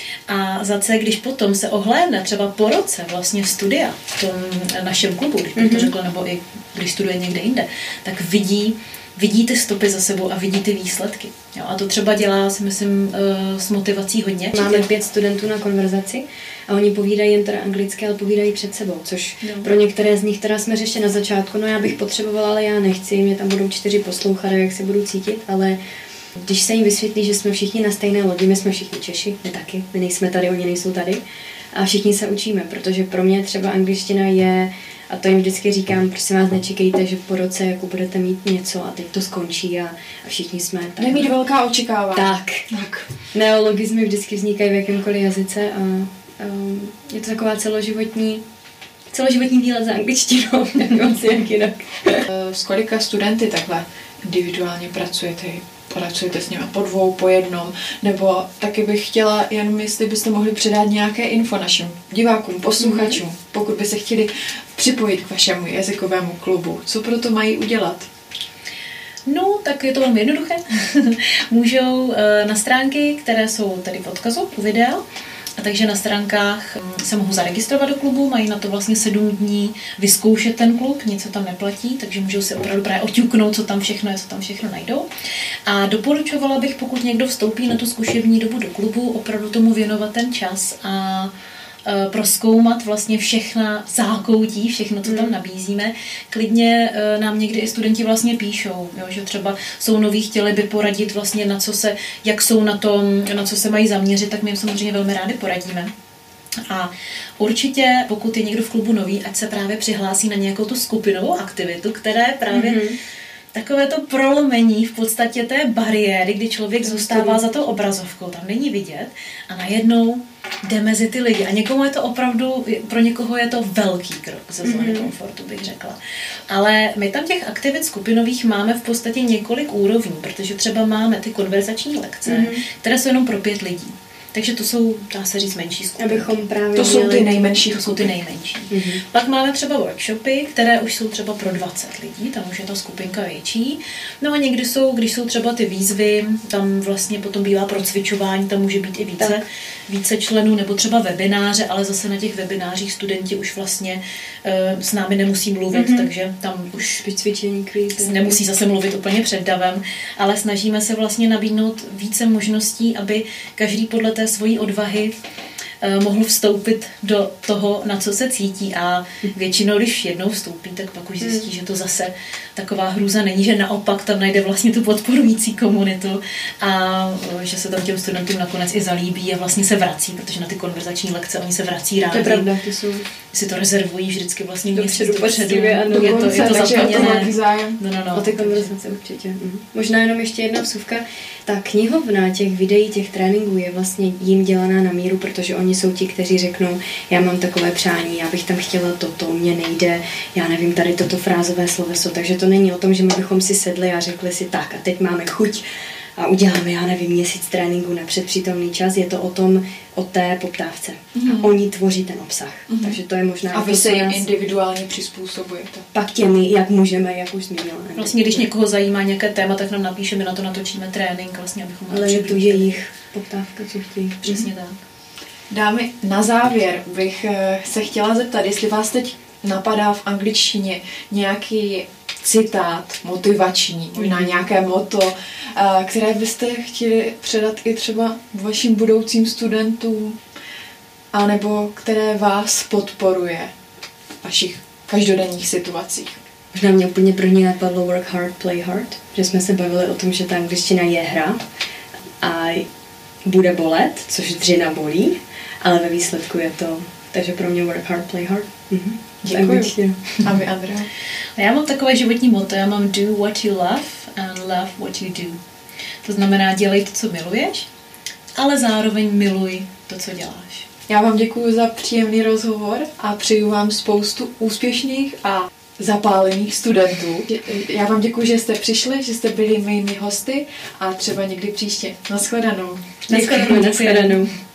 Speaker 3: a za C, když potom se ohlédne třeba po roce vlastně studia v tom našem klubu, když bych to řekla, nebo i když studuje někde jinde, tak vidí ty stopy za sebou a vidí ty výsledky. Jo, a to třeba dělá, si myslím, s motivací hodně.
Speaker 4: Máme 5 studentů na konverzaci a oni povídají jen teda anglicky, ale povídají před sebou, což pro některé z nich teda jsme řešili na začátku, já bych potřebovala, ale já nechci, mě tam budou 4 poslouchat, jak se budu cítit, ale když se jim vysvětlí, že jsme všichni na stejné lodi, my jsme všichni Češi, my taky, my nejsme tady, oni nejsou tady a všichni se učíme, protože pro mě třeba angličtina je, a to jim vždycky říkám, prosím vás, nečekejte, že po roce jako budete mít něco a teď to skončí a všichni jsme tak.
Speaker 2: Nemít velká očekávání.
Speaker 4: Tak. Neologizmy vždycky vznikají v jakémkoliv jazyce a je to taková celoživotní výlet za angličtinou, nevím si jak jinak.
Speaker 2: S kolika studenty takhle individuálně pracujete? Pracujete s nimi po 2, po 1, nebo taky bych chtěla jenom, jestli byste mohli předat nějaké info našim divákům, posluchačům, pokud by se chtěli připojit k vašemu jazykovému klubu. Co pro to mají udělat?
Speaker 3: No, tak je to velmi jednoduché. Můžou na stránky, které jsou tady v odkazu u videa, a takže na stránkách se mohou zaregistrovat do klubu, mají na to vlastně 7 dní vyzkoušet ten klub, nic se tam neplatí, takže můžou si opravdu právě oťuknout, co tam všechno najdou. A doporučovala bych, pokud někdo vstoupí na tu zkušební dobu do klubu, opravdu tomu věnovat ten čas a prozkoumat vlastně všechna zákoutí, všechno, co tam nabízíme. Klidně nám někdy i studenti vlastně píšou, jo, že třeba jsou noví, chtěli by poradit vlastně jak jsou na tom, na co se mají zaměřit, tak my jim samozřejmě velmi rádi poradíme. A určitě, pokud je někdo v klubu nový, ať se právě přihlásí na nějakou tu skupinovou aktivitu, která je právě takové to prolomení v podstatě té bariéry, kdy člověk zůstává za tou obrazovkou, tam není vidět a najednou jde mezi ty lidi. A někomu je to opravdu, pro někoho je to velký krok ze zóny komfortu, bych řekla. Ale my tam těch aktivit skupinových máme v podstatě několik úrovní, protože třeba máme ty konverzační lekce, které jsou jenom pro 5 lidí. Takže to jsou, dá se říct, menší skupiny.
Speaker 4: Abychom právě
Speaker 2: To jsou ty nejmenší.
Speaker 3: To jsou ty nejmenší. Pak máme třeba workshopy, které už jsou třeba pro 20 lidí, tam už je ta skupinka větší. No a někdy jsou, když jsou třeba ty výzvy, tam vlastně potom bývá procvičování, tam může být i více členů, nebo třeba webináře, ale zase na těch webinářích studenti už vlastně s námi nemusí mluvit, takže tam už
Speaker 4: cvičení
Speaker 3: nemusí zase mluvit úplně před davem, ale snažíme se vlastně nabídnout více možností, aby každý podle té svojí odvahy mohl vstoupit do toho, na co se cítí, a většinou, když jednou vstoupí, tak pak už zjistí, že to zase taková hrůza není, že naopak tam najde vlastně tu podporující komunitu a že se tam těm studentům nakonec i zalíbí a vlastně se vrací, protože na ty konverzační lekce oni se vrací rádi.
Speaker 4: To je pravda, to jsou...
Speaker 3: Si to rezervují vždycky vlastně měsíc dopředu.
Speaker 2: Je to zájem.
Speaker 3: No.
Speaker 4: O ty konverzace určitě. Možná jenom ještě jedna vsuvka. Ta knihovna těch videí, těch tréninků je vlastně jim dělaná na míru, protože oni jsou ti, kteří řeknou, já mám takové přání, já bych tam chtěla toto, mě nejde, já nevím, tady toto frázové sloveso, takže to není o tom, že my bychom si sedli a řekli si tak a teď máme chuť a uděláme, já nevím, měsíc tréninku na předpřítomný čas, je to o té poptávce. A oni tvoří ten obsah. Takže to je možná...
Speaker 2: A vy se jim individuálně přizpůsobujete.
Speaker 4: Pak těmi, jak můžeme, jak už zmínila.
Speaker 3: Vlastně, když někoho zajímá nějaké téma, tak nám napíše, my na to natočíme trénink, vlastně, abychom
Speaker 4: ale je to jejich poptávka, co chtějí.
Speaker 3: Přesně tak.
Speaker 2: Dámy, na závěr bych se chtěla zeptat, jestli vás teď napadá v angličtině nějaký citát motivační, možná nějaké motto, které byste chtěli předat i třeba vašim budoucím studentům, anebo které vás podporuje v vašich každodenních situacích.
Speaker 4: Možná mě úplně první napadlo work hard, play hard, že jsme se bavili o tom, že ta angličtina je hra a bude bolet, což dřina bolí, ale ve výsledku je to, takže pro mě work hard, play hard.
Speaker 2: Děkuji. A vy, Andrea?
Speaker 3: Já mám takové životní motto, já mám do what you love and love what you do. To znamená, dělej to, co miluješ, ale zároveň miluj to, co děláš.
Speaker 2: Já vám děkuji za příjemný rozhovor a přeju vám spoustu úspěšných a zapálených studentů. Já vám děkuji, že jste přišli, že jste byli mými hosty a třeba někdy příště. Naschledanou.
Speaker 4: Naschledanou.